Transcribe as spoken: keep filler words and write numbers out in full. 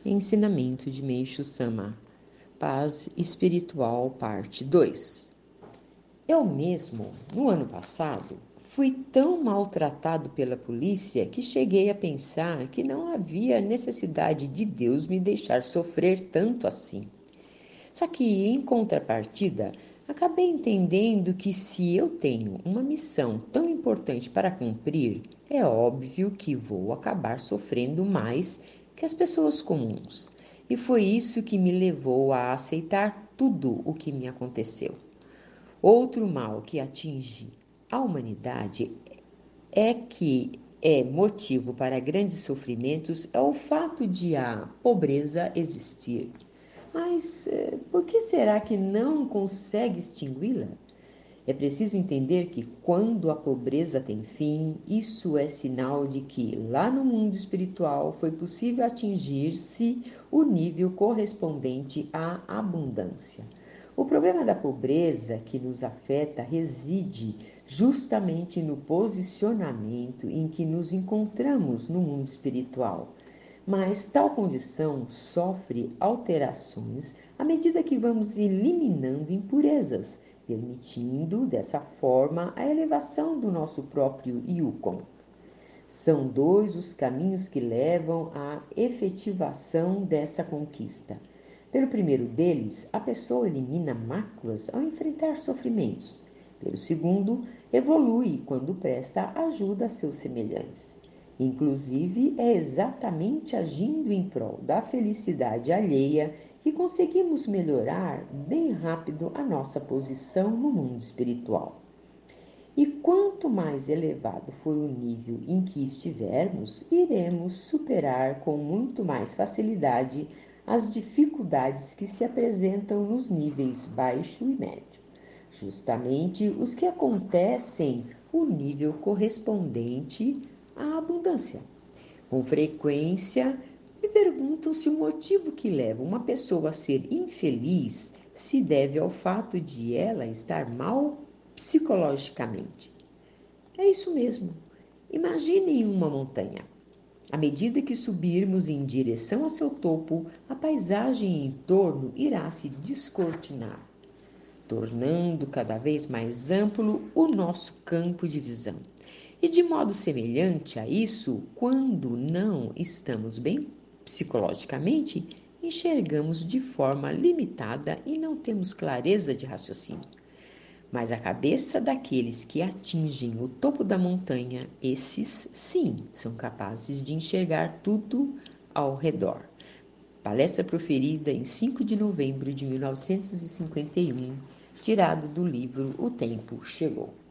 Ensinamento de Meixo Sama. Paz Espiritual, parte dois. Eu mesmo, no ano passado, fui tão maltratado pela polícia que cheguei a pensar que não havia necessidade de Deus me deixar sofrer tanto assim. Só que, em contrapartida, acabei entendendo que se eu tenho uma missão tão importante para cumprir, é óbvio que vou acabar sofrendo mais que as pessoas comuns. E foi isso que me levou a aceitar tudo o que me aconteceu. Outro mal que atinge a humanidade é que é motivo para grandes sofrimentos é o fato de a pobreza existir. Mas eh, por que será que não consegue extingui-la? É preciso entender que quando a pobreza tem fim, isso é sinal de que lá no mundo espiritual foi possível atingir-se o nível correspondente à abundância. O problema da pobreza que nos afeta reside justamente no posicionamento em que nos encontramos no mundo espiritual. Mas tal condição sofre alterações à medida que vamos eliminando impurezas, permitindo dessa forma a elevação do nosso próprio Yukon. São dois os caminhos que levam à efetivação dessa conquista. Pelo primeiro deles, a pessoa elimina máculas ao enfrentar sofrimentos. Pelo segundo, evolui quando presta ajuda a seus semelhantes. Inclusive, é exatamente agindo em prol da felicidade alheia que conseguimos melhorar bem rápido a nossa posição no mundo espiritual. E quanto mais elevado for o nível em que estivermos, iremos superar com muito mais facilidade as dificuldades que se apresentam nos níveis baixo e médio, justamente os que acontecem no nível correspondente à abundância. Com frequência, me perguntam se o motivo que leva uma pessoa a ser infeliz se deve ao fato de ela estar mal psicologicamente. É isso mesmo. Imaginem uma montanha. À medida que subirmos em direção a seu topo, a paisagem em torno irá se descortinar, tornando cada vez mais amplo o nosso campo de visão. E de modo semelhante a isso, quando não estamos bem psicologicamente, enxergamos de forma limitada e não temos clareza de raciocínio. Mas a cabeça daqueles que atingem o topo da montanha, esses sim são capazes de enxergar tudo ao redor. Palestra proferida em cinco de novembro de mil novecentos e cinquenta e um, tirado do livro O Tempo Chegou.